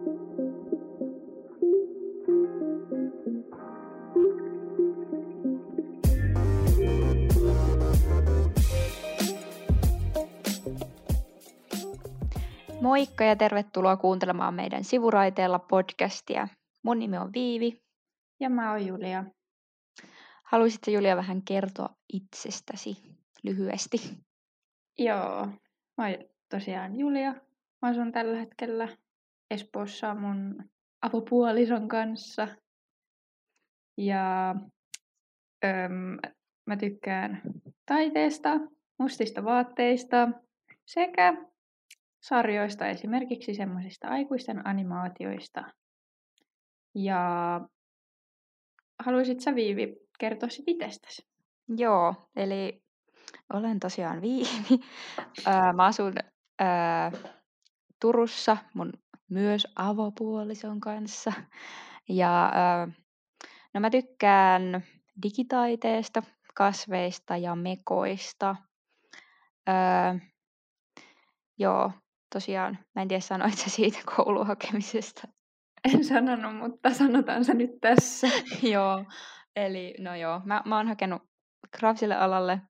Moikka ja tervetuloa kuuntelemaan meidän Sivuraiteella podcastia. Mun nimi on Viivi. Ja mä oon Julia. Haluaisitko Julia vähän kertoa itsestäsi lyhyesti? Joo, mä oon tosiaan Julia. Mä asun tällä hetkellä Espoossa mun avopuolison kanssa. Ja mä tykkään taiteesta, mustista vaatteista sekä sarjoista, esimerkiksi semmoisista aikuisten animaatioista. Ja haluaisit sä, Viivi, kertoa sit itsestäsi? Joo, eli olen tosiaan Viivi. Mä asun Turussa mun myös avopuolison kanssa. Ja no mä tykkään digitaiteesta, kasveista ja mekoista. Joo, tosiaan. Mä en tiedä, sanoit sä siitä kouluhakemisesta. En sanonut, mutta sanotaan se nyt tässä. Joo, eli no joo, mä oon hakenut graafiselle alalle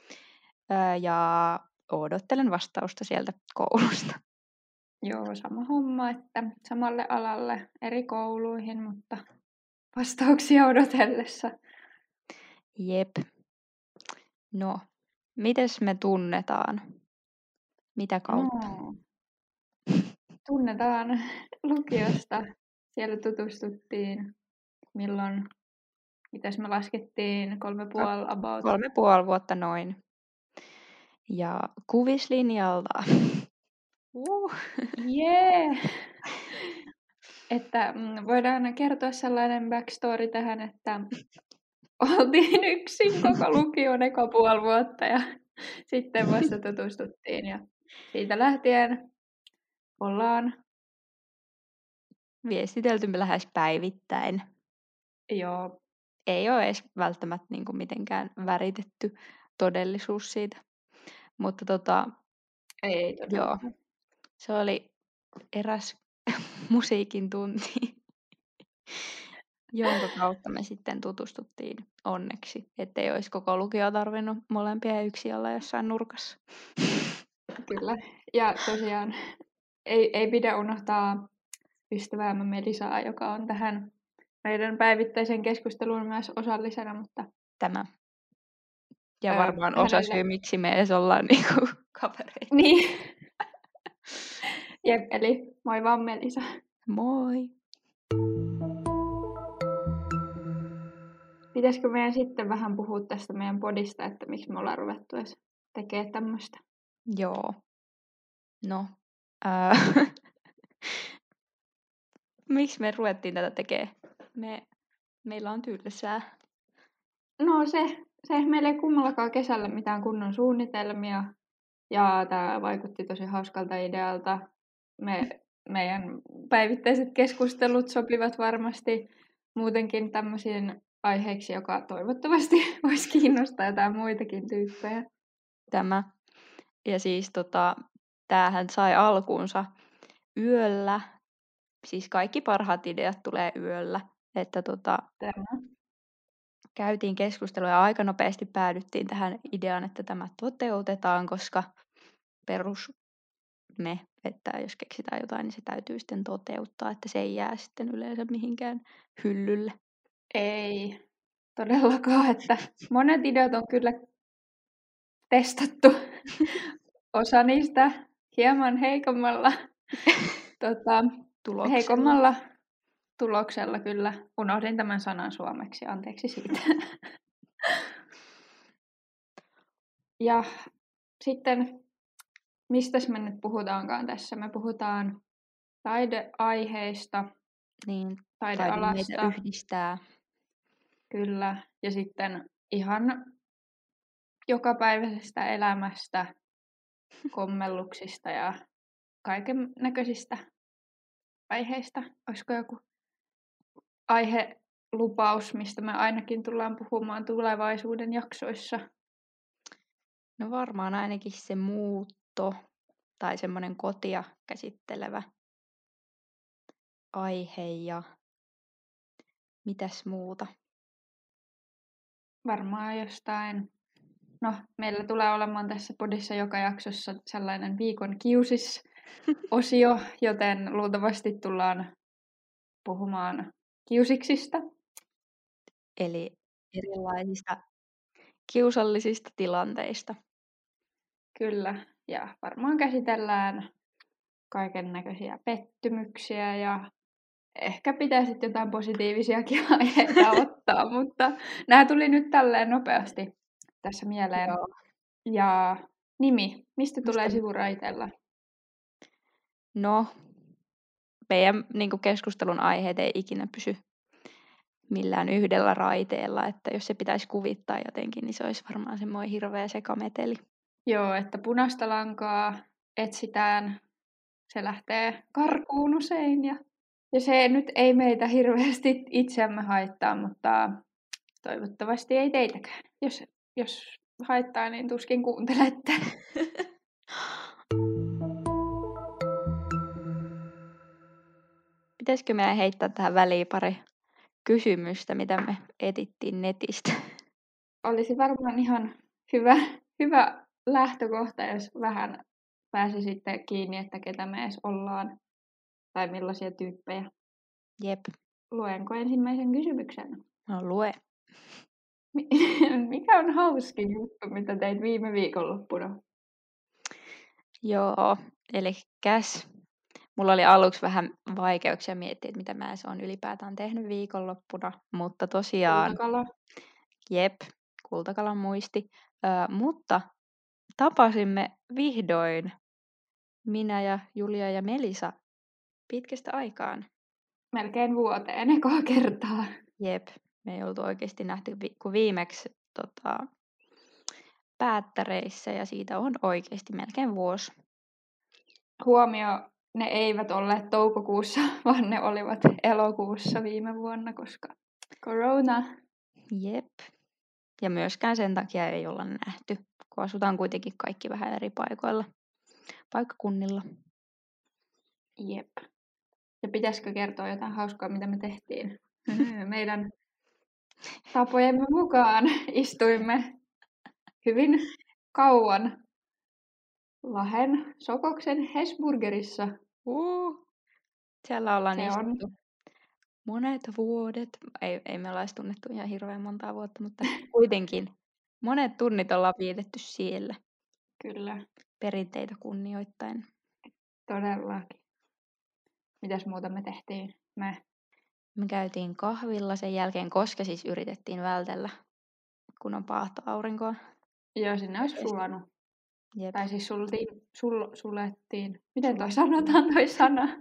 ja odottelen vastausta sieltä koulusta. Joo, sama homma, että samalle alalle eri kouluihin, mutta vastauksia odotellessa. Jep. No, mites me tunnetaan? Mitä kautta? No, tunnetaan lukiosta. Siellä tutustuttiin milloin, mitäs me laskettiin, 3,5 about. 3,5 vuotta noin. Ja kuvislinjalta. Jee! Että voidaan kertoa sellainen backstory tähän, että oltiin yksin koko lukion eka puoli vuotta ja sitten vasta tutustuttiin. Ja siitä lähtien ollaan viestitelty lähes päivittäin. Joo. Ei ole edes välttämättä niin kuin mitenkään väritetty todellisuus siitä. Mutta Ei joo, se oli eräs musiikin tunti, jonka kautta me sitten tutustuttiin onneksi, ettei olisi koko lukio tarvinnut molempia yksin olla jossain nurkassa. Kyllä, ja tosiaan ei pidä unohtaa ystäväämme Melisaa, joka on tähän meidän päivittäisen keskusteluun myös osallisena, mutta tämä. Ja varmaan osasyy, miksi me edes ollaan niinku kavereita. Niin. Jep, eli moi vaan Melisa. Moi. Pitäisikö meidän sitten vähän puhua tästä meidän podista, että miksi me ollaan ruvettu edes tekemään tämmöistä? Joo. No. Miksi me ruvettiin tätä tekemään? Meillä on tylsää. No se meillä ei kummallakaan kesällä mitään kunnon suunnitelmia. Ja tämä vaikutti tosi hauskalta idealta. Meidän päivittäiset keskustelut sopivat varmasti muutenkin tämmöisiin aiheiksi, joka toivottavasti voisi kiinnostaa jotain muitakin tyyppejä. Tämä. Ja siis tämähän sai alkuunsa yöllä. Siis kaikki parhaat ideat tulee yöllä. Että käytiin keskustelua ja aika nopeasti päädyttiin tähän ideaan, että tämä toteutetaan, koska että jos keksitään jotain, niin se täytyy sitten toteuttaa, että se ei jää sitten yleensä mihinkään hyllylle. Ei todellakaan, että monet ideat on kyllä testattu. Osa niistä hieman heikommalla tuloksella kyllä. Unohdin tämän sanan suomeksi, anteeksi siitä. Ja sitten, mistäs me nyt puhutaankaan tässä? Me puhutaan taideaiheista, niin, taidealasta. Taide meitä yhdistää. Kyllä, ja sitten ihan jokapäiväisestä elämästä, kommelluksista ja kaiken näköisistä aiheista. Olisiko joku aihelupaus, mistä me ainakin tullaan puhumaan tulevaisuuden jaksoissa? No varmaan ainakin se muutto tai semmoinen kotia käsittelevä aihe ja mitäs muuta. Varmaan jostain. No, meillä tulee olemaan tässä podissa joka jaksossa sellainen viikon kiusis-osio, joten luultavasti tullaan puhumaan kiusiksista. Eli erilaisista kiusallisista tilanteista. Kyllä, ja varmaan käsitellään kaiken näköisiä pettymyksiä ja ehkä pitäisi jotain positiivisiakin aiheita ottaa, mutta nämä tuli nyt tälleen nopeasti tässä mieleen. Joo. Ja nimi, mistä tulee Mistä- sivuraiteella? No, meidän niin keskustelun aiheet ei ikinä pysy millään yhdellä raiteella, että jos se pitäisi kuvittaa jotenkin, niin se olisi varmaan semmoinen hirveä sekameteli. Joo, että punaista lankaa etsitään, se lähtee karkuun usein ja se nyt ei meitä hirveästi itseämme haittaa, mutta toivottavasti ei teitäkään. Jos haittaa, niin tuskin kuuntelette. Pitäisikö meidän heittää tähän väliin pari kysymystä, mitä me etittiin netistä? Olisi varmaan ihan hyvä lähtökohta, jos vähän pääsisitte kiinni, että ketä me edes ollaan tai millaisia tyyppejä. Jep, Luenko ensimmäisen kysymyksen? no lue. Mikä on hauskin juttu, mitä teit viime viikonloppuna? Joo, eli mulla oli aluksi vähän vaikeuksia miettiä, että mitä mä edes olen ylipäätään tehnyt viikonloppuna, mutta tosiaan, Kultakala. jep, kultakalan muisti, mutta tapasimme vihdoin minä ja Julia ja Melisa pitkästä aikaan. Melkein vuoteen ekaa kertaa. Jep, me ei oltu oikeasti nähty kuin viimeksi päättäreissä ja siitä on oikeasti melkein vuosi. Huomio, ne eivät olleet toukokuussa, vaan ne olivat elokuussa viime vuonna, koska corona. Jep. Ja myöskään sen takia ei olla nähty, kun asutaan kuitenkin kaikki vähän eri paikkakunnilla. Jep. Ja pitäisikö kertoa jotain hauskaa, mitä me tehtiin? Meidän tapojemme mukaan istuimme hyvin kauan Lahden Sokoksen Hesburgerissa. Siellä ollaan Se on istuttu monet vuodet. Ei me olla edes tunnettu ihan hirveän montaa vuotta, mutta kuitenkin monet tunnit ollaan vietetty siellä kyllä perinteitä kunnioittaen. todellakin. Mitäs muuta me tehtiin? Me käytiin kahvilla sen jälkeen, koska siis yritettiin vältellä, kun on paahto aurinkoa. Joo, sinne olisi sulanut. Jep. Tai siis sulettiin. Miten toi sanotaan toi sana?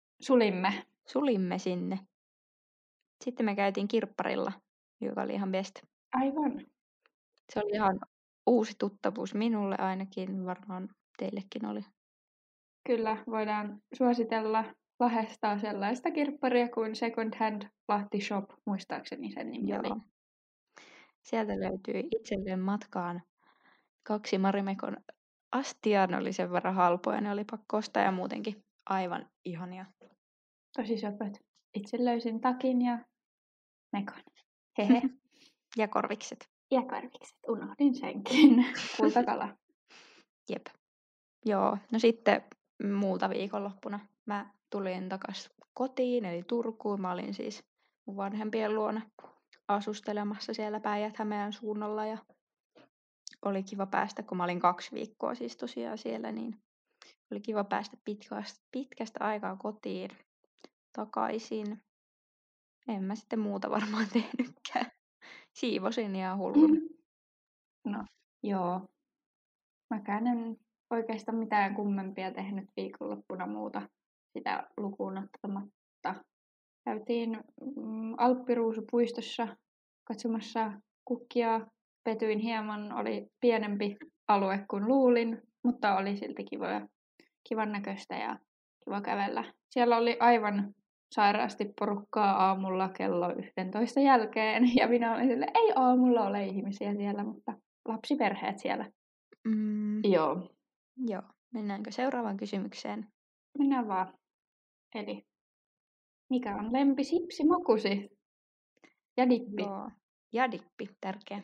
Sulimme sinne. Sitten me käytiin kirpparilla, joka oli ihan best. Aivan. Se oli ihan uusi tuttavuus minulle ainakin, varmaan teillekin oli. Kyllä, voidaan suositella Lahdesta sellaista kirpparia kuin Second Hand Lahti Shop, muistaakseni sen nimi oli. Sieltä löytyi itselleen matkaan 2 Marimekon astiaa, ne oli sen verran halpoja, ne oli pakko ostaa ja muutenkin aivan ihania. Tosi söpöt. Itse löysin takin ja mekon. Hehe. Ja korvikset. Ja karvikset, unohdin senkin. Kultakala. Jep. Joo, no sitten muulta viikonloppuna mä tulin takas kotiin, eli Turkuun. Mä olin siis mun vanhempien luona asustelemassa siellä Päijät-Hämeen suunnalla ja oli kiva päästä, kun mä olin 2 viikkoa siis tosiaan siellä, niin oli kiva päästä pitkästä aikaa kotiin takaisin. En mä sitten muuta varmaan tehnytkään. Siivosin ihan hulluna. No, joo. Mäkään en oikeastaan mitään kummempia tehnyt viikonloppuna muuta sitä lukuun ottamatta. Käytiin Alppiruusupuistossa katsomassa kukkia. Petyin hieman, oli pienempi alue kuin luulin, mutta oli silti kivan näköistä ja kiva kävellä. Siellä oli aivan sairaasti porukkaa aamulla kello 11 jälkeen ja minä olin sille, ei aamulla ole ihmisiä siellä, mutta lapsiperheet siellä. Joo. Joo. Mennäänkö seuraavaan kysymykseen? Mennään vaan. Eli Mikä on lempisipsimakusi? Ja dippi. Joo. Ja dippi, tärkeä.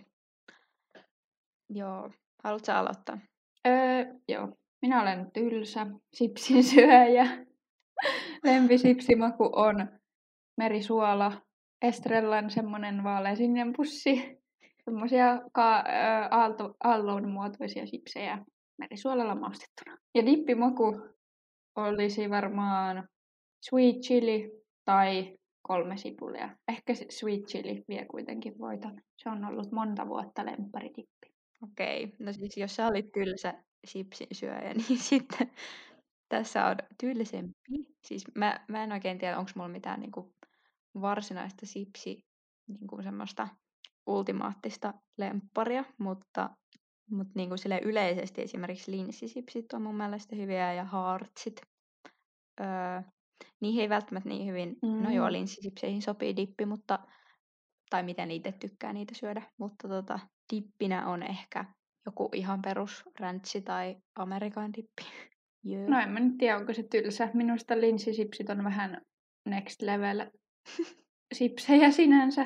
Joo. Haluatko sä aloittaa? Joo. Minä olen tylsä sipsin syöjä. Lempisipsimaku on merisuola. Estrellan semmonen vaaleasininen pussi. Semmoisia aallon muotoisia sipsejä merisuolalla maustettuna. Ja dippimaku olisi varmaan sweet chili tai 3 sipulia. Ehkä se sweet chili vie kuitenkin voiton. Se on ollut monta vuotta lempparidippi. Okei. No siis jos sä olit tylsä sipsin syöjä, niin sitten tässä on tylsempi. Siis mä en oikein tiedä, onko mulla mitään niinku varsinaista niinku semmoista ultimaattista lempparia, mutta niinku sille yleisesti esimerkiksi linssisipsit on mun mielestä hyviä ja haartsit. Niihin ei välttämättä niin hyvin, no joo, linssisipseihin sopii dippi, tai miten itse tykkää niitä syödä, mutta dippinä on ehkä joku ihan perus ranchi tai Amerikan dippi. Yeah. No en mä nyt tiedä, onko se tylsä. Minusta linssisipsit on vähän next level sipsejä sinänsä.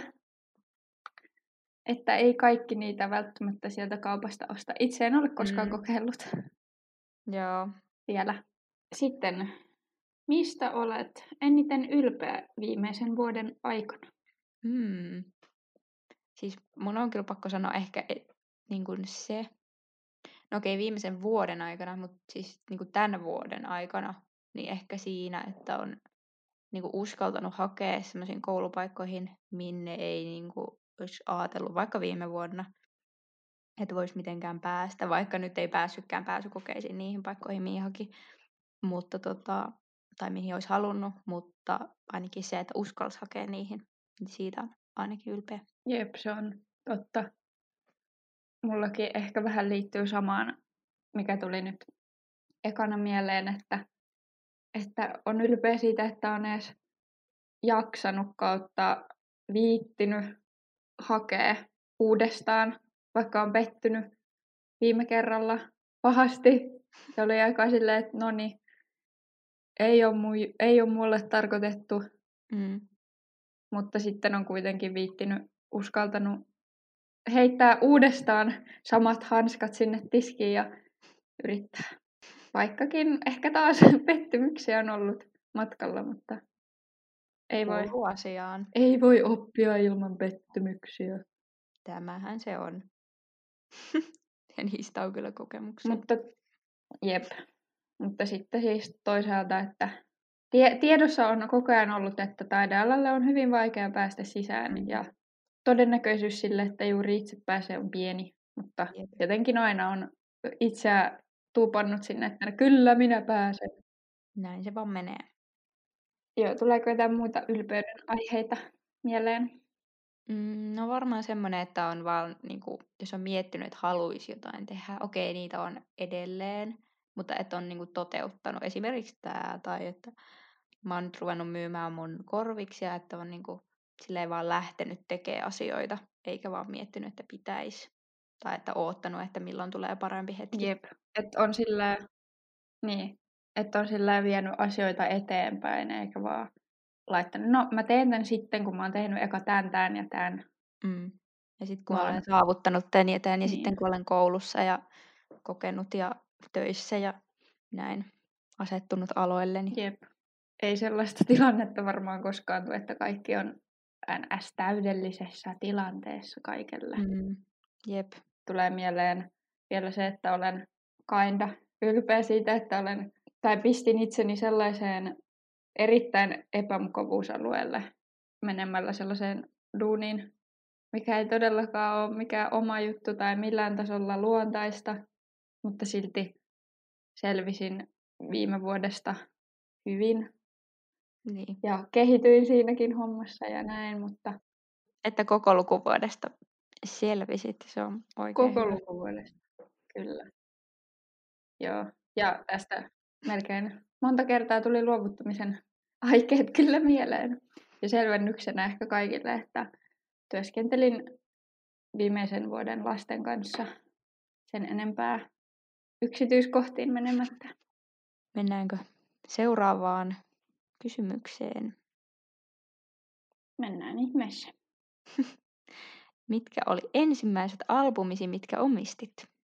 Että ei kaikki niitä välttämättä sieltä kaupasta osta. Itse en ole koskaan kokeillut. Joo. Vielä. Sitten, mistä olet eniten ylpeä viimeisen vuoden aikana? Siis mun on kyllä pakko sanoa ehkä niin kuin se, no okei, viimeisen vuoden aikana, mutta siis niin kuin tämän vuoden aikana, niin ehkä siinä, että on niin kuin uskaltanut hakea semmoisiin koulupaikkoihin, minne ei niin kuin olisi ajatellut vaikka viime vuonna, että voisi mitenkään päästä, vaikka nyt ei päässytkään pääsykokeisiin niihin paikkoihin, mihin haki, mutta tai mihin olisi halunnut, mutta ainakin se, että uskalsi hakea niihin, niin siitä on ainakin ylpeä. Jep, se on totta. Mullakin ehkä vähän liittyy samaan, mikä tuli nyt ekana mieleen, että on ylpeä siitä, että on edes jaksanut kautta viittinyt hakea uudestaan, vaikka on pettynyt viime kerralla pahasti. Se oli aika silleen, että no niin, ei ole mulle tarkoitettu, mutta sitten on kuitenkin viittinyt, uskaltanut heittää uudestaan samat hanskat sinne tiskiin ja yrittää. Vaikkakin ehkä taas pettymyksiä on ollut matkalla, mutta ei voi oppia ilman pettymyksiä. Tämähän se on. Ja niistä on kyllä kokemuksia. Mutta sitten siis toisaalta, että tiedossa on koko ajan ollut, että taidealalle on hyvin vaikea päästä sisään ja todennäköisyys sille, että juuri itse pääsee, on pieni. Mutta jotenkin aina on itseä tuupannut sinne, että kyllä minä pääsen. Näin se vaan menee. Joo, tuleeko jotain muuta ylpeyden aiheita mieleen? No varmaan semmoinen, että on vaan, niin kuin, jos on miettinyt, että haluaisi jotain tehdä, okei, niitä on edelleen, mutta että on niin kuin, toteuttanut esimerkiksi tämä, tai että mä oon nyt ruvennut myymään mun korviksia, että on niin kuin, silleen vaan lähtenyt tekemään asioita, eikä vaan miettinyt, että pitäisi, tai että oottanut, että milloin tulee parempi hetki. Jep, että on silleen vienyt asioita eteenpäin, eikä vaan laittanut, no mä teen tän sitten, kun mä oon tehnyt eka tän ja tän. Ja sitten kun olen saavuttanut tän ja tän, ja sitten kun olen koulussa ja kokenut ja töissä ja näin asettunut aloille. Niin... Jep. Ei sellaista tilannetta varmaan koskaan tule, että kaikki on NS-täydellisessä tilanteessa kaikelle. Jep. Tulee mieleen vielä se, että olen kinda ylpeä siitä, että pistin itseni sellaiseen erittäin epämukavuusalueelle menemällä sellaiseen duuniin, mikä ei todellakaan ole mikään oma juttu tai millään tasolla luontaista, mutta silti selvisin viime vuodesta hyvin. Niin. Ja kehityin siinäkin hommassa ja näin, mutta... Että koko lukuvuodesta selvisit, se on oikein koko hyvä. Lukuvuodesta, kyllä. Joo, ja tästä melkein monta kertaa tuli luovuttamisen aikeet kyllä mieleen. Ja selvennyksenä ehkä kaikille, että työskentelin viimeisen vuoden lasten kanssa sen enempää yksityiskohtiin menemättä. Mennäänkö seuraavaan kysymykseen? Mennään ihmeessä. Mitkä oli ensimmäiset albumisi, mitkä omistit?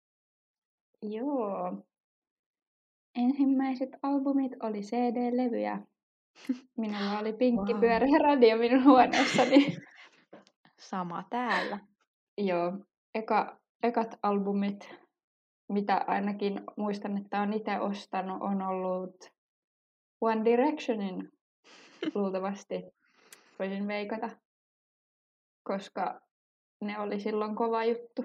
Joo. Ensimmäiset albumit oli CD-levyjä. Minulla oli pinkki Wow. pyöreä radio minun huoneessani. Sama täällä. Joo. Ekat albumit, mitä ainakin muistan, että olen itse ostanut, on ollut One Directionin luultavasti. Voisin veikata, koska ne oli silloin kova juttu.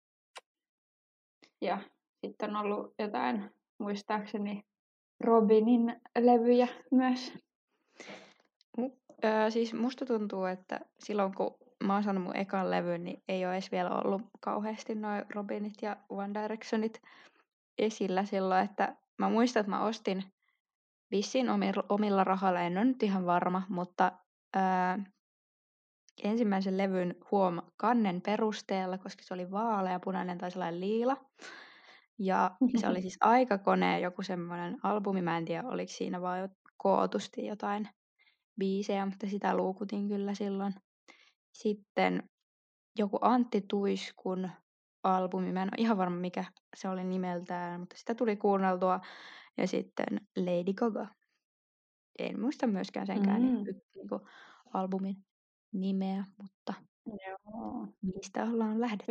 Ja sitten on ollut jotain, muistaakseni, Robinin levyjä myös. Siis musta tuntuu, että silloin kun mä oon saanut mun ekan levyn, niin ei ole edes vielä ollut kauheasti noi Robinit ja One Directionit esillä silloin, että mä muistan, että mä ostin vissiin omilla rahoilla, en ole nyt ihan varma, mutta ensimmäisen levyn kannen perusteella, koska se oli vaaleapunainen tai sellainen liila. Ja se oli siis Aikakone, joku semmoinen albumi, mä en tiedä oliko siinä vaan kootusti jotain biisejä, mutta sitä luukutin kyllä silloin. Sitten joku Antti Tuiskun albumi, mä en ole ihan varma mikä se oli nimeltään, mutta sitä tuli kuunneltua. Ja sitten Lady Gaga. En muista myöskään senkään niinku albumin nimeä, mutta Joo. niistä ollaan lähdetty.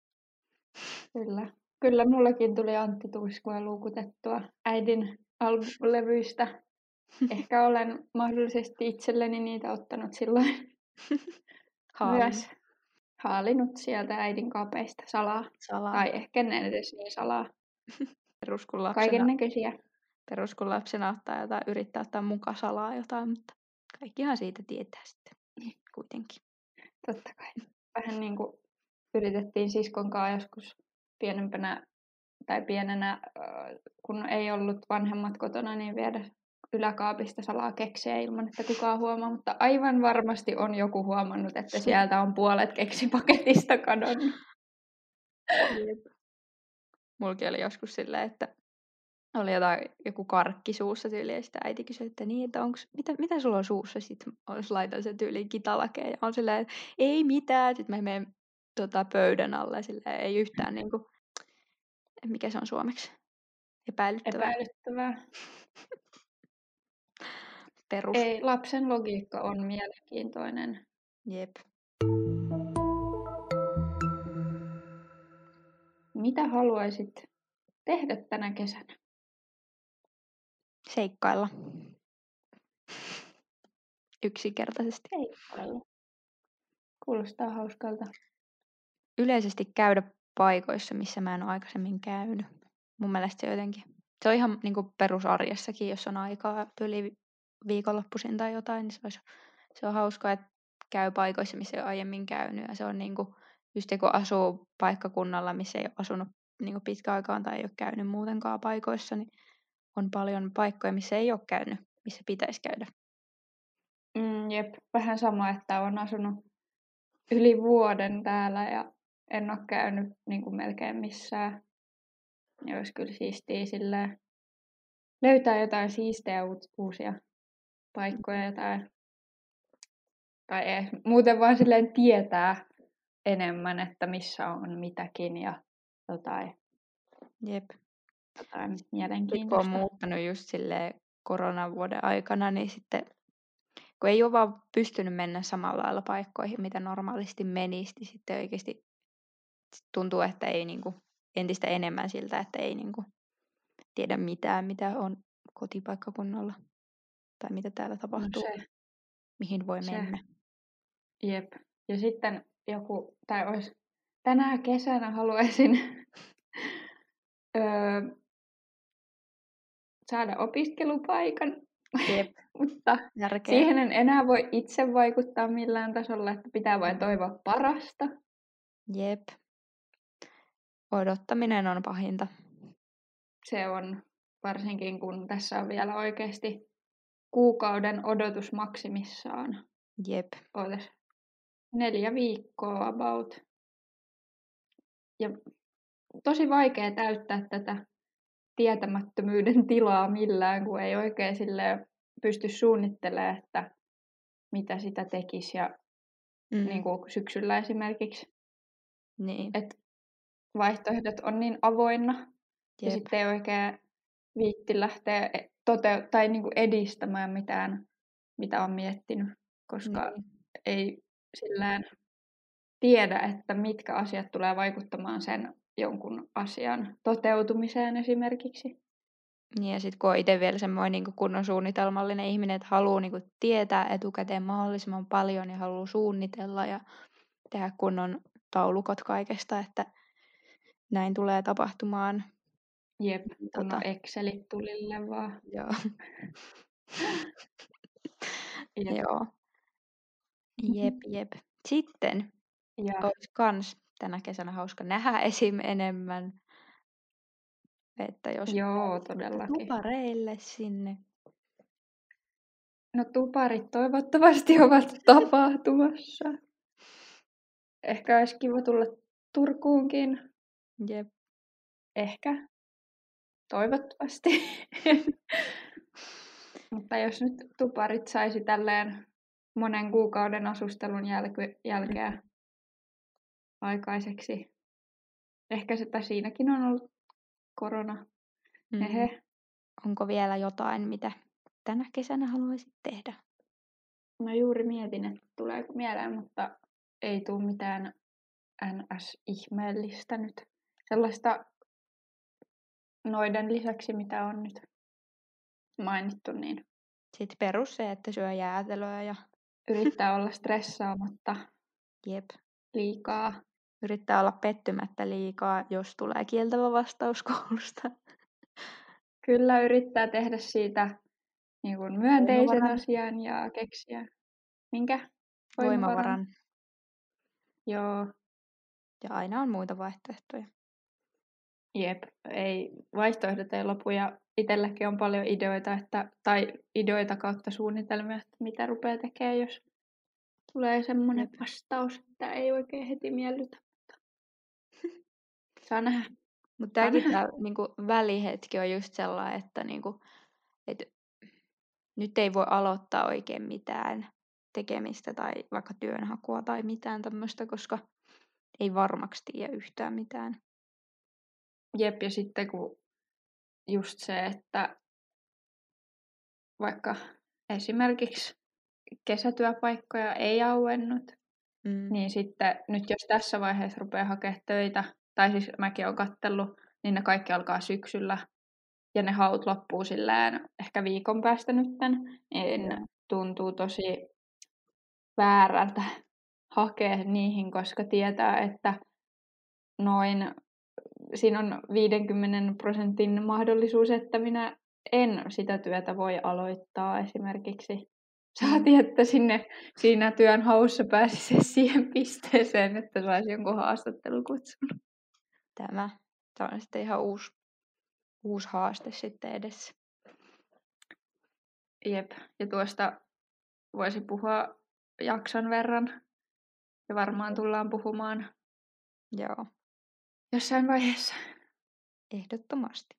Kyllä mullakin tuli Antti Tuiskua luukutettua äidin levyistä. Ehkä olen mahdollisesti itselleni niitä ottanut silloin myös. Haalinut sieltä äidin kapeista salaa. Tai ehkä ne edes niin salaa. Kaiken näköisiä. Peruskoululapsena yrittää ottaa mukaan salaa jotain, mutta kaikkihan siitä tietää sitten kuitenkin. Totta kai. Vähän niin kuin yritettiin siskon kanssa joskus pienenä, kun ei ollut vanhemmat kotona, niin viedä yläkaapista salaa keksejä ilman, että kukaan huomaa. Mutta aivan varmasti on joku huomannut, että sieltä on puolet keksipaketista kadonnut. Mullakin oli joskus silleen, että oli joku karkki suussa tyyliin, ja sitten äiti kysyi, että niin, että mitä sulla on suussa? Sitten laitan sen tyyliin kitalakeen, ja on silleen, että ei mitään. Sitten mä menen pöydän alle, ja silleen, ei yhtään niinku, mikä se on suomeksi? Epäilyttävää. Ei, lapsen logiikka on mielenkiintoinen. Jep. Mitä haluaisit tehdä tänä kesänä? Seikkailla. Yksinkertaisesti. Seikkailla. Kuulostaa hauskalta. Yleisesti käydä paikoissa, missä mä en ole aikaisemmin käynyt. Mun mielestä se jotenkin, se on ihan niin kuin perusarjessakin, jos on aikaa yli viikonloppuisin tai jotain, niin se on hauskaa, että käy paikoissa, missä ei ole aiemmin käynyt. Ja se on niin kuin, just kun asuu paikkakunnalla, missä ei ole asunut niin kuin pitkään aikaan tai ei ole käynyt muutenkaan paikoissa, niin on paljon paikkoja, missä ei ole käynyt, missä pitäisi käydä. Jep, vähän sama, että olen asunut yli vuoden täällä ja en ole käynyt niin kuin melkein missään. Ja olisi kyllä siistiä silleen löytää jotain siistejä uusia paikkoja jotain. Tai ei, muuten vaan silleen tietää enemmän, että missä on mitäkin ja jotain. Jep. Jotain mielenkiintoista. Sitten kun on muuttanut just silleen koronavuoden aikana, niin sitten kun ei ole vaan pystynyt mennä samalla lailla paikkoihin, mitä normaalisti menisi, niin sitten oikeasti tuntuu, että ei niinku entistä enemmän siltä, että ei niinku tiedä mitään, mitä on kotipaikkakunnalla tai mitä täällä tapahtuu, mihin voi mennä. Jep. Ja sitten tänä kesänä haluaisin saada opiskelupaikan. Jep. Mutta siihen en enää voi itse vaikuttaa millään tasolla, että pitää vain toivoa parasta. Jep. Odottaminen on pahinta. Se on, varsinkin kun tässä on vielä oikeasti kuukauden odotus maksimissaan. Jep. Ootas 4 viikkoa about. Ja tosi vaikea täyttää tätä tietämättömyyden tilaa millään, kun ei oikein silleen pysty suunnittelemaan, että mitä sitä tekisi ja niin kuin syksyllä esimerkiksi. Niin, Että vaihtoehdot on niin avoinna ja jep. sitten ei oikein viitti lähteä tai niin kuin edistämään mitään, mitä on miettinyt, koska Niin. ei sillään tiedä, että mitkä asiat tulee vaikuttamaan sen jonkun asian toteutumiseen esimerkiksi. Niin ja sitten kun on itse vielä semmoinen niin kunnon suunnitelmallinen ihminen, että haluaa niin kuin tietää etukäteen mahdollisimman paljon ja haluaa suunnitella ja tehdä kunnon taulukot kaikesta, että näin tulee tapahtumaan. Jep, Niin kun on Excelit tulille vaan. joo. Jep. Joo. Jep. Sitten Ja olisi kans tänä kesänä hauska nähdä esim. Enemmän, että jos joo, pääsisi vaikka todellakin. tupareille sinne. No tuparit toivottavasti ovat tapahtumassa. Ehkä olisi kiva tulla Turkuunkin. Jep. Ehkä. Toivottavasti. Mutta jos nyt tuparit saisi tälleen monen kuukauden asustelun jälkeen aikaiseksi. Ehkä siinäkin on ollut korona. Hehe. Onko vielä jotain, mitä tänä kesänä haluaisit tehdä? Mä juuri mietin, että tuleeko mieleen, mutta ei tule mitään NS-ihmeellistä nyt. Sellaista noiden lisäksi, mitä on nyt mainittu, niin Sitten perus se, että syö jäätelöä ja yrittää olla stressaamatta jep. liikaa. Yrittää olla pettymättä liikaa, jos tulee kieltävä vastaus koulusta. Kyllä yrittää tehdä siitä niin kuin myönteisen Voimavaran. asian ja keksiä. Minkä? Voimavaran. Joo, Ja aina on muita vaihtoehtoja. jep. Vaihtoehdot ei lopu ja itselläkin on paljon ideoita, tai ideoita kautta suunnitelmia, että mitä rupeaa tekemään, jos tulee semmoinen vastaus, että ei oikein heti miellytä. Saa nähdä. Mutta tämäkin niinku, välihetki on just sellainen, että niinku, nyt ei voi aloittaa oikein mitään tekemistä tai vaikka työnhakua tai mitään tämmöistä, koska ei varmaksi tiedä yhtään mitään. Jep, ja sitten kun just se, että vaikka esimerkiksi kesätyöpaikkoja ei auennut, niin sitten nyt jos tässä vaiheessa rupeaa hakemaan töitä, tai siis mäkin olen katsellut, niin ne kaikki alkaa syksyllä, ja ne haut loppuu silleen ehkä viikon päästä nytten, niin tuntuu tosi väärältä hakea niihin, koska tietää, että siinä on 50% mahdollisuus, että minä en sitä työtä voi aloittaa esimerkiksi. Saati, että siinä työn haussa pääsisi siihen pisteeseen, että saisi jonkun haastattelukutsun. Tämä on sitten ihan uusi haaste sitten edessä. Jep, ja tuosta voisi puhua jakson verran. Ja varmaan tullaan puhumaan Joo, jossain vaiheessa. ehdottomasti.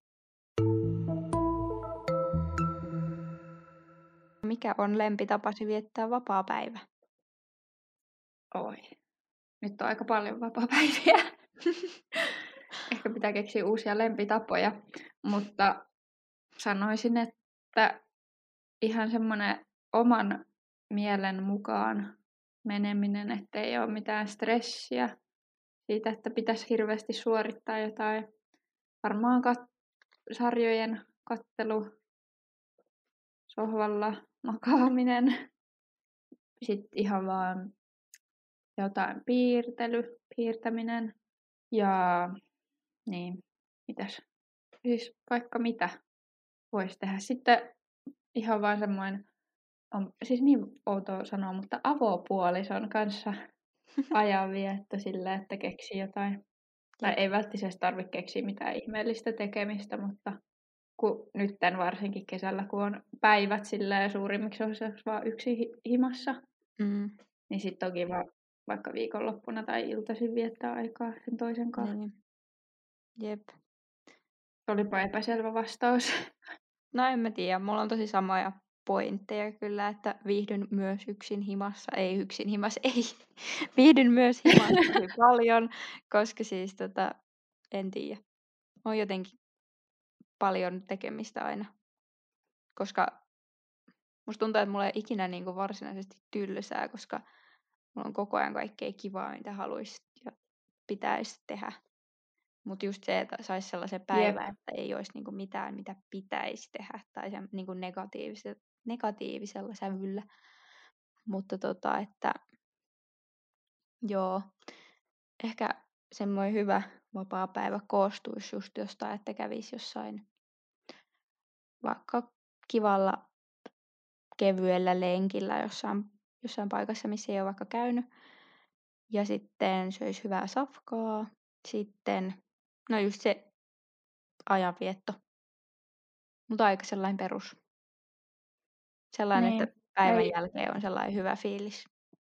Mikä on lempitapasi viettää vapaapäivä? Oi, nyt on aika paljon vapaapäiviä. Ehkä pitää keksiä uusia lempitapoja, mutta sanoisin, että ihan semmoinen oman mielen mukaan meneminen, ettei ole mitään stressiä siitä, että pitäisi hirveästi suorittaa jotain. Varmaan sarjojen kattelu, sohvalla makaaminen, sitten ihan vaan jotain piirtäminen ja niin, mitäs, siis vaikka mitä voisi tehdä. Sitten ihan vaan semmoinen, siis niin outoa sanoa, mutta avopuolison kanssa ajanvietto sillä, että keksii jotain. Tai ei välttämättä tarvitse keksiä mitään ihmeellistä tekemistä, mutta kun nytten varsinkin kesällä, kun on päivät sillä suurimmiksi osaksi vaan yksi himassa, niin sitten toki vaan vaikka viikonloppuna tai iltaisin viettää aikaa sen toisen kanssa. Niin. Jep. Olipa epäselvä vastaus. No en mä tiedä, mulla on tosi samoja pointteja kyllä, että viihdyn myös yksin himassa. Ei yksin himassa, ei. Viihdyn myös himassa tosi paljon, koska siis en tiedä. On jotenkin paljon tekemistä aina. Koska musta tuntuu, että mulla ei ikinä niinku varsinaisesti tylsää, koska mulla on koko ajan kaikkea kivaa, mitä haluaisi ja pitäisi tehdä. Mutta just se, että saisi sellaisen Jep. päivän, että ei olisi niinku mitään, mitä pitäisi tehdä, tai sen niinku negatiivisella sävyllä. Mutta että joo, ehkä semmoinen hyvä vapaa-päivä koostuisi just jostain, että kävisi jossain vaikka kivalla kevyellä lenkillä jossain paikassa, missä ei ole vaikka käynyt. Ja sitten söisi hyvää safkaa. Sitten, no just se ajanvietto. Mutta aika sellainen perus. Sellainen, Niin, että päivän ei, jälkeen on sellainen hyvä fiilis.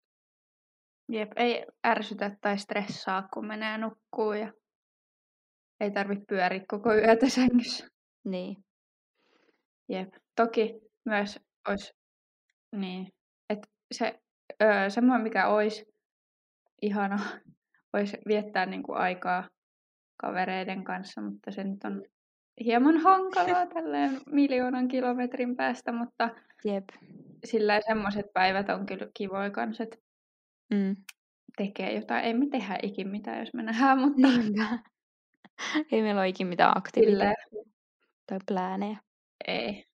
jep, ei ärsytä tai stressaa, kun menee nukkuu ja ei tarvitse pyöriä koko yötä sängyssä. Niin, Jep. Toki myös olisi niin, että semmoinen, mikä olisi ihana, olisi viettää niinku aikaa kavereiden kanssa, mutta se nyt on hieman hankalaa tälleen 1 000 000 kilometrin päästä, mutta jep. sillä semmoiset päivät on kyllä kivoja kanssa, että tekee jotain. Ei me tehdä ikin mitään, jos me nähdään, mutta Niinpä. Ei meillä ole ikinä mitään aktiviteetteja tai pläänejä. ei.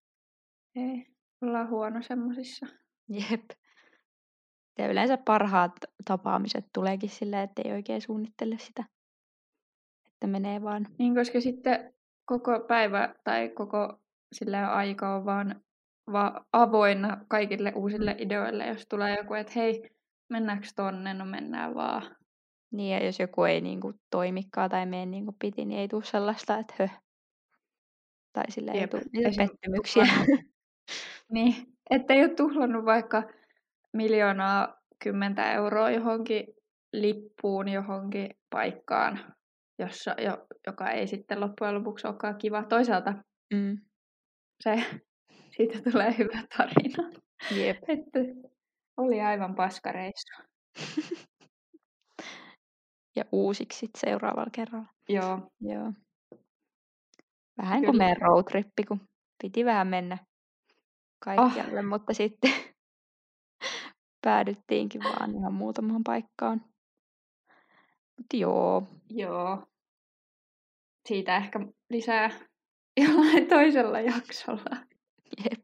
Ollaan huono semmosissa. Jep. Ja yleensä parhaat tapaamiset tuleekin silleen, että ei oikein suunnittele sitä. Että menee vaan. Niin, koska sitten koko päivä tai koko sillä aika on vaan avoinna kaikille uusille ideoille, jos tulee joku, että hei, mennäänkö tonne? No mennään vaan. Niin, ja jos joku ei niinku toimikaan tai mene niin kuin piti, niin ei tule sellaista, että Tai sille ei Jep. tule niitä Esim. pettymyksiä. Niin, ettei ole tuhlannut vaikka 1 010 000 € johonkin lippuun johonkin paikkaan, joka ei sitten loppujen lopuksi olekaan kiva. Toisaalta siitä tulee hyvä tarina. Jep. Että oli aivan paskareissu. Ja uusiksi sit seuraavalla kerralla. Joo. Joo. Vähän kuin meidän roadtrippi, kun piti vähän mennä kaikkialle, mutta sitten päädyttiinkin vaan ihan muutamaan paikkaan. Mutta joo. Joo. Siitä ehkä lisää jollain toisella jaksolla. Jep.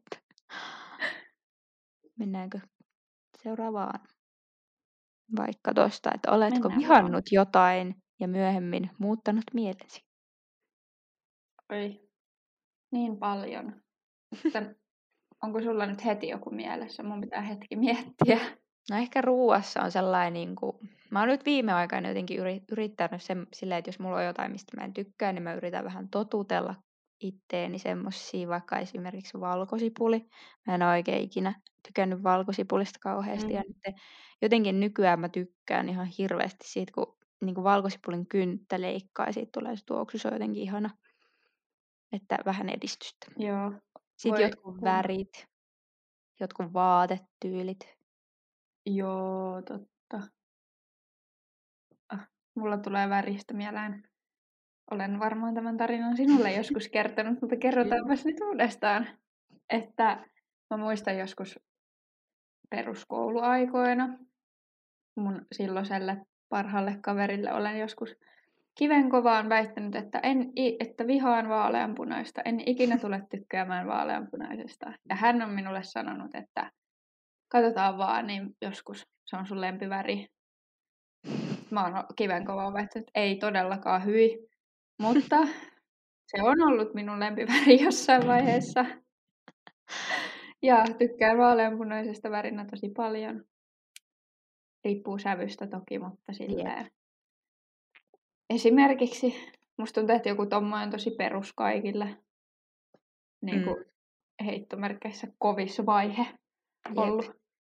Mennäänkö seuraavaan? Vaikka tosta, että oletko vihannut jotain ja myöhemmin muuttanut mielesi? Oi, niin paljon. Onko sulla nyt heti joku mielessä? Mun pitää hetki miettiä. No ehkä ruuassa on sellainen, mä oon nyt viime aikoina jotenkin yrittänyt silleen, että jos mulla on jotain, mistä mä en tykkää, niin mä yritän vähän totutella itteeni semmosia, vaikka esimerkiksi valkosipuli. Mä en ole oikein ikinä tykännyt valkosipulista kauheasti ja nyt jotenkin nykyään mä tykkään ihan hirveästi siitä, kun niin valkosipulin kynttä leikkaa ja siitä tulee se tuoksu, se on jotenkin ihana, että vähän edistystä. Joo. Sitten jotkut värit, jotkut vaatetyylit. Joo, totta. Mulla tulee väristä mieleen. Olen varmaan tämän tarinan sinulle joskus kertonut, mutta kerrotaanpas nyt uudestaan. Että mä muistan joskus peruskouluaikoina mun silloiselle parhaalle kaverille olen joskus kivenkovaan väittänyt, että vihaan vaaleanpunaista. En ikinä tule tykkäämään vaaleanpunaisesta. Ja hän on minulle sanonut, että katsotaan vaan, niin joskus se on sun lempiväri. Mä oon kivenkovaan väittänyt, että ei todellakaan hyi. Mutta se on ollut minun lempiväri jossain vaiheessa. Ja tykkään vaaleanpunaisesta värinä tosi paljon. Riippuu sävystä toki, mutta silleen. Esimerkiksi musta tuntuu, että joku tommoinen on tosi perus kaikille. Niin kuin heittomerkeissä kovissa vaihe ollut.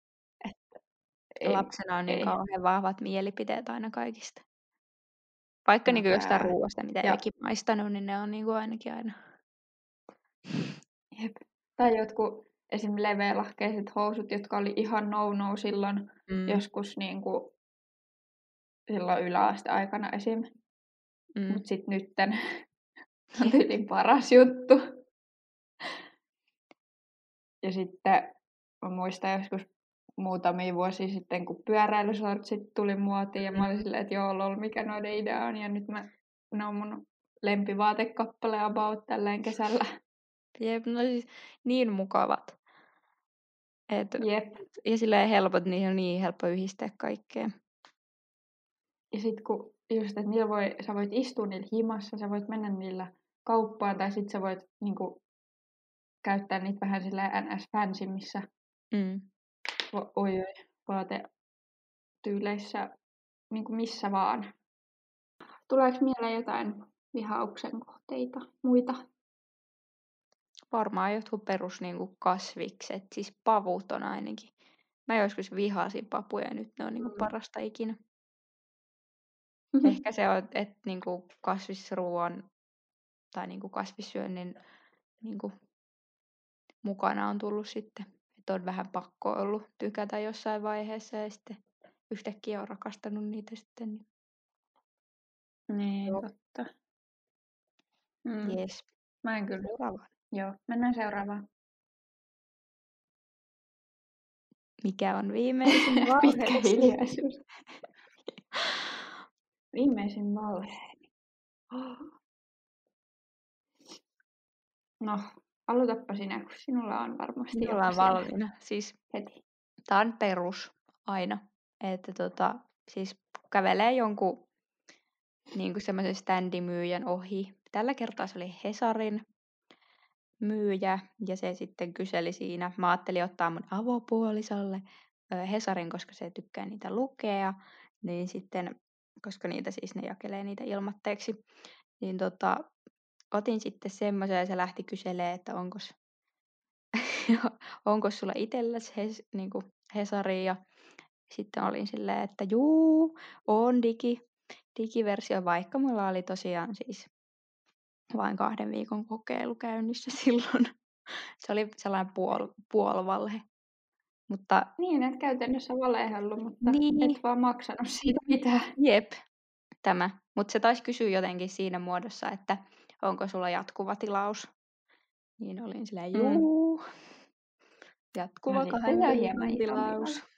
Lapsena on niin kauhean vahvat mielipiteet aina kaikista. Vaikka niin jostain ruoasta, mitä ei maistanut, niin ne on niin ainakin aina. Jep. Tai jotkut esim. Leveälahkeiset housut, jotka oli ihan no-no silloin joskus niinku silloin yläasteaikana esim. Mut sit nytten on tyyliin paras juttu. Ja sitten mä muistan joskus muutamia vuosia sitten, kun pyöräilysortsit tuli muotiin ja mä olin silleen, että joo lol, mikä noiden idea on. Ja nyt ne on mun lempivaatekappale about tälleen kesällä. Jep, no siis niin mukavat. Jep. Ja silleen helpot, niin on niin helppo yhdistää kaikkea. Ja sit kun just, että sä voit istua niillä himassa, sä voit mennä niillä kauppaan tai sit sä voit niinku käyttää niitä vähän silleen NS-fansimmissä vaatetyyleissä niinku missä vaan. Tuleeko mieleen jotain vihauksen kohteita, muita? Varmaan jotkut perus niinku kasvikset, siis pavut on ainakin. Mä joskus vihasin papuja ja nyt ne on niinku parasta ikinä. Ehkä se on, että niinku kasvisruoan tai niinku kasvissyönnin niinku mukana on tullut sitten, että on vähän pakko ollut tykätä jossain vaiheessa ja sitten yhtäkkiä on rakastanut niitä sitten. Niin, Joo. totta. Jees. Mä en kyllä. Seuraava. Joo, mennään seuraavaan. Mikä on viimeisin valhe? Pitkä hiljaisuus. Viimeisin valheeni. No, aloitappa sinä, kun sinulla on varmasti Minulla on valmiina. Siis heti. tää on perus aina. Että siis kävelee jonkun niinku semmoisen standimyyjän ohi. Tällä kertaa se oli Hesarin myyjä ja se sitten kyseli siinä. Mä ajattelin ottaa mun avopuolisolle Hesarin, koska se tykkää niitä lukea. Niin sitten, koska niitä siis ne jakelee niitä ilmatteeksi, niin otin sitten semmoisen ja se lähti kyselemään, että onko sulla itselläsi niinku Hesari ja sitten olin silleen, että juu, on digiversio, vaikka mulla oli tosiaan siis vain 2 viikon kokeilu käynnissä silloin. Se oli sellainen puolivalhe. Mutta Niin, et käytännössä valehellut, mutta niin, et vaan maksanut siitä mitään. jep, tämä. Mutta se taisi kysyä jotenkin siinä muodossa, että onko sulla jatkuva tilaus. Niin olin silleen, juu, jatkuva No 2 sitten se on hieman viikon isompi tilaus. valhe.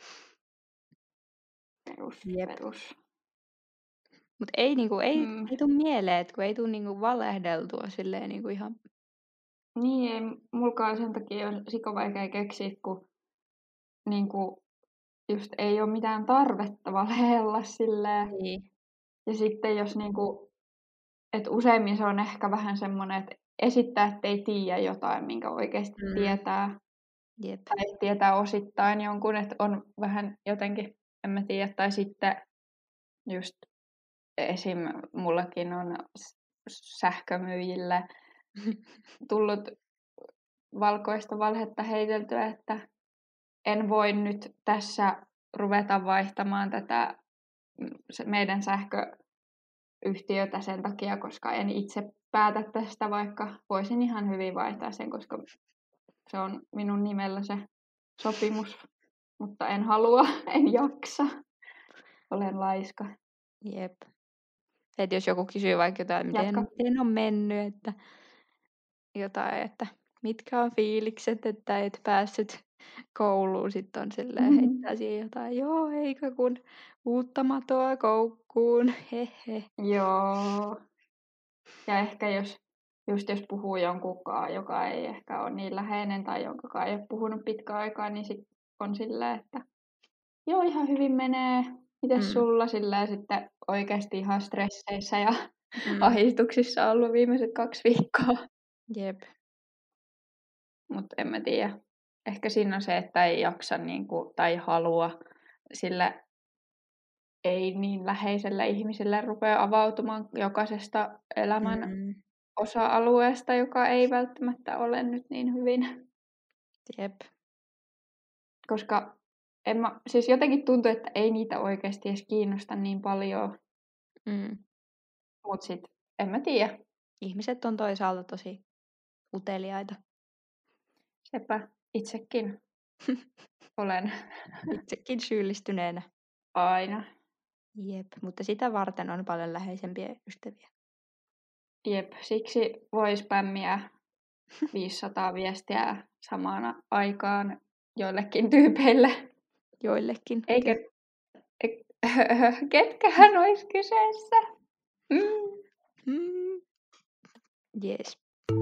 Jep. Perus. Mutta ei tuu mieleen, että kun ei tuu niinku valehdeltua silleen niinku ihan. Niin, ei mulkaan sen takia on sikovaikea keksiä, kun niinku just ei ole mitään tarvetta valehella silleen. Niin. Ja sitten jos niinku, että useimmin se on ehkä vähän semmoinen, että esittää, että ei tiedä jotain, minkä oikeasti tietää. Jep. Tai tietää osittain jonkun, että on vähän jotenkin, en mä tiedä. Tai sitten just esim. Mullakin on sähkömyyjille tullut valkoista valhetta heiteltyä, että en voi nyt tässä ruveta vaihtamaan tätä meidän sähköyhtiötä sen takia, koska en itse päätä tästä, vaikka voisin ihan hyvin vaihtaa sen, koska se on minun nimellä se sopimus, mutta en halua, en jaksa. Olen laiska. Jep. Et jos joku kysyy vaikka jotain, miten on mennyt, että jotain, että mitkä on fiilikset, että et päässyt kouluun, sitten on silleen heittää siihen jotain, joo, eikö kun uutta matoa koukkuun, hehe. Joo. Ja ehkä jos puhuu jonkunkaan, joka ei ehkä ole niin läheinen tai jonkakaan ei ole puhunut pitkään aikaa, niin sit on silleen, että joo, ihan hyvin menee. Mites sulla? Silleen sitten oikeasti ihan stresseissä ja ahdistuksissa ollut viimeiset 2 viikkoa. Jep. Mutta en mä tiedä. Ehkä siinä on se, että ei jaksa niinku, tai halua sille ei niin läheiselle ihmiselle rupea avautumaan jokaisesta elämän osa-alueesta, joka ei välttämättä ole nyt niin hyvin. Jep. Koska siis jotenkin tuntuu, että ei niitä oikeasti edes kiinnosta niin paljon. Mut sit en mä tiedä. Ihmiset on toisaalta tosi uteliaita. Sepä. itsekin olen Itsekin syyllistyneenä. aina. Jep, mutta sitä varten on paljon läheisempiä ystäviä. Jep, siksi voi spämmiä 500 viestiä samana aikaan joillekin tyypeille. Joillekin. Eikä, ketkähän olisi kyseessä? Jees.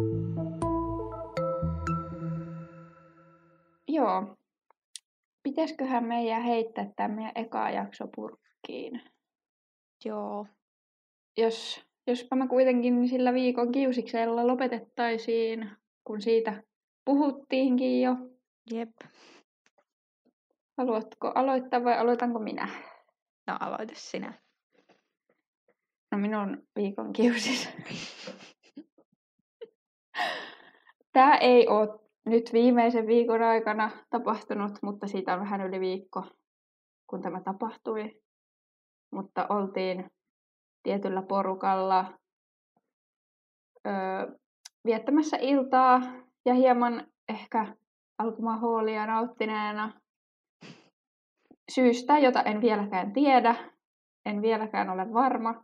Joo. Pitäisiköhän meidän heittää tämä meidän eka jakso purkkiin? Joo. Jospa me kuitenkin sillä viikon kiusiksella lopetettaisiin, kun siitä puhuttiinkin jo. Jep. Haluatko aloittaa vai aloitanko minä? No aloita sinä. No minun viikon kiusis. Tämä ei ole nyt viimeisen viikon aikana tapahtunut, mutta siitä on vähän yli viikko, kun tämä tapahtui. Mutta oltiin tietyllä porukalla viettämässä iltaa ja hieman ehkä alkohoolia nauttineena syystä, jota en vieläkään tiedä, en vieläkään ole varma.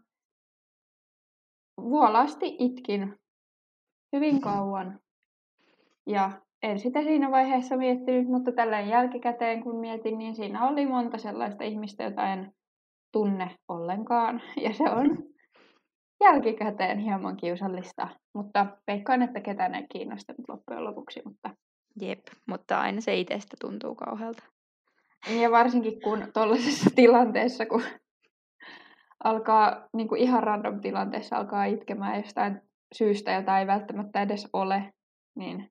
Vuolaasti itkin hyvin kauan ja en sitä siinä vaiheessa miettinyt, mutta tällöin jälkikäteen kun mietin, niin siinä oli monta sellaista ihmistä, jota en tunne ollenkaan ja se on jälkikäteen hieman kiusallista, mutta veikkaan, että ketään ei kiinnostanut loppujen lopuksi. Jep, mutta aina se itsestä tuntuu kauhealta. Ja varsinkin kun tuollaisessa tilanteessa, kun alkaa niin kuin ihan random tilanteessa alkaa itkemään jostain syystä, jota ei välttämättä edes ole, niin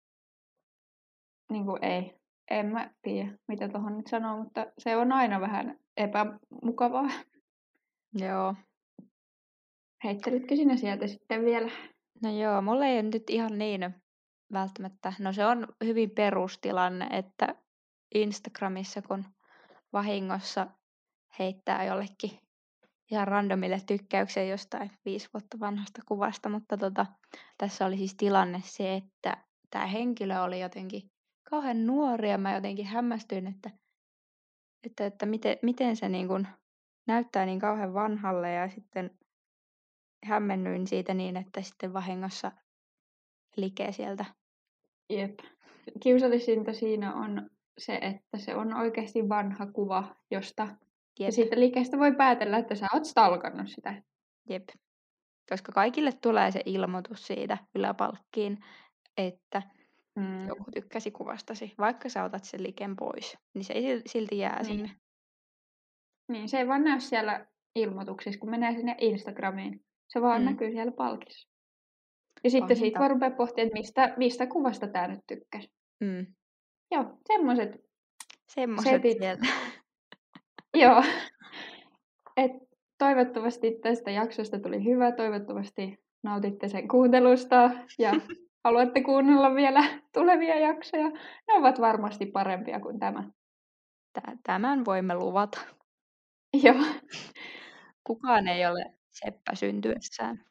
kuin ei. En mä tiedä, mitä tuohon nyt sanoo, mutta se on aina vähän epämukavaa. Joo. Heittelitkö sinä sieltä sitten vielä? No joo, mulla ei ole nyt ihan niin välttämättä. No se on hyvin perustilanne, että Instagramissa kun vahingossa heittää jollekin ihan randomille tykkäyksen jostain 5 vuotta vanhasta kuvasta, mutta tässä oli siis tilanne se, että tämä henkilö oli jotenkin kauhean nuori ja mä jotenkin hämmästyin, että miten se niin kuin näyttää niin kauhean vanhalle ja sitten hämmennyin siitä niin, että sitten vahingossa likee sieltä. Jep. Kiusallisinta siinä on se, että se on oikeasti vanha kuva, josta ja siitä likeestä voi päätellä, että sä oot stalkannut sitä. Jep. Koska kaikille tulee se ilmoitus siitä yläpalkkiin, että joku tykkäsi kuvastasi. Vaikka sä otat sen liken pois, niin se ei silti jää sinne. Niin, se ei vaan näy siellä ilmoituksissa, kun menee sinne Instagramiin. Se vaan näkyy siellä palkissa. Ja sitten siitä voi rupea pohtimaan, että mistä kuvasta tää nyt tykkäsi. Joo, semmoiset setit. Sieltä. Joo. Toivottavasti tästä jaksosta tuli hyvä. Toivottavasti nautitte sen kuuntelusta ja haluatte kuunnella vielä tulevia jaksoja. Ne ovat varmasti parempia kuin tämä. Tämän voimme luvata. Joo. Kukaan ei ole seppä syntyessään.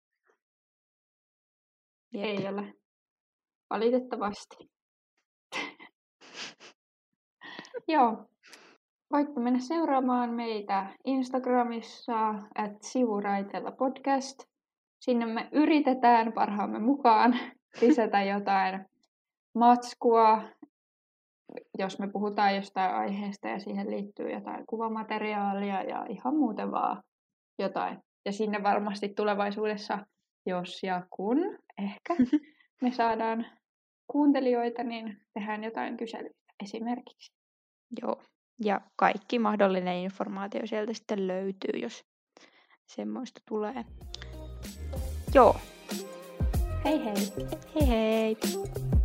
Jep. Ei ole. Valitettavasti. Joo. Voitte mennä seuraamaan meitä Instagramissa @sivuraiteella podcast. Sinne me yritetään parhaamme mukaan lisätä jotain matskua, jos me puhutaan jostain aiheesta ja siihen liittyy jotain kuvamateriaalia ja ihan muuten vaan jotain. Ja sinne varmasti tulevaisuudessa, jos ja kun ehkä me saadaan kuuntelijoita, niin tehdään jotain kyselyitä esimerkiksi. Joo, ja kaikki mahdollinen informaatio sieltä sitten löytyy, jos semmoista tulee. Joo. Hei hei! Hei hei!